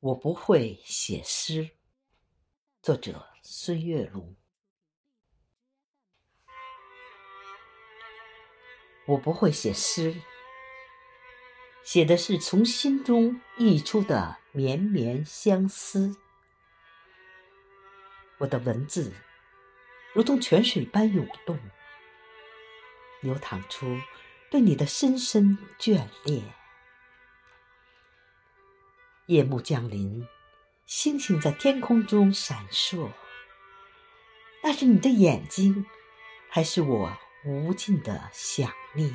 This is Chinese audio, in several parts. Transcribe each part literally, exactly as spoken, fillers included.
我不会写诗，作者孙月如。我不会写诗，写的是从心中溢出的绵绵相思。我的文字如同泉水般涌动，流淌出对你的深深眷恋。夜幕降临，星星在天空中闪烁，那是你的眼睛，还是我无尽的想念？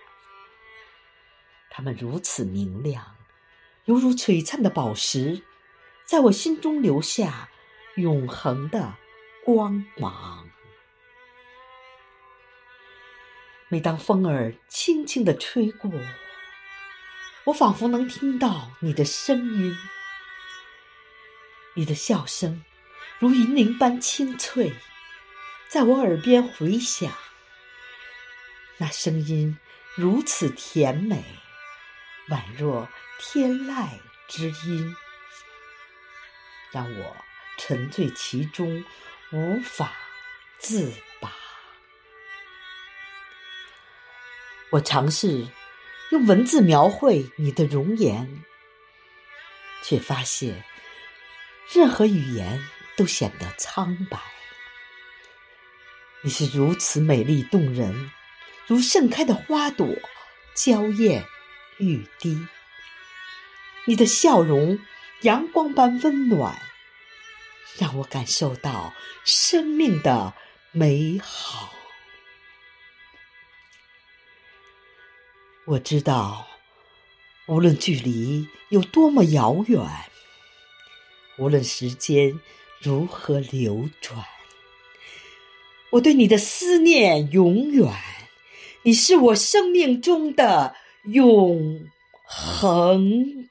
它们如此明亮，犹如璀璨的宝石，在我心中留下永恒的光芒。每当风儿轻轻地吹过，我仿佛能听到你的声音，你的笑声如银铃般清脆，在我耳边回响。那声音如此甜美，宛若天籁之音，让我沉醉其中，无法自拔。我尝试用文字描绘你的容颜，却发现任何语言都显得苍白。你是如此美丽动人，如盛开的花朵，娇艳欲滴。你的笑容阳光般温暖，让我感受到生命的美好。我知道，无论距离有多么遥远，无论时间如何流转，我对你的思念永远，你是我生命中的永恒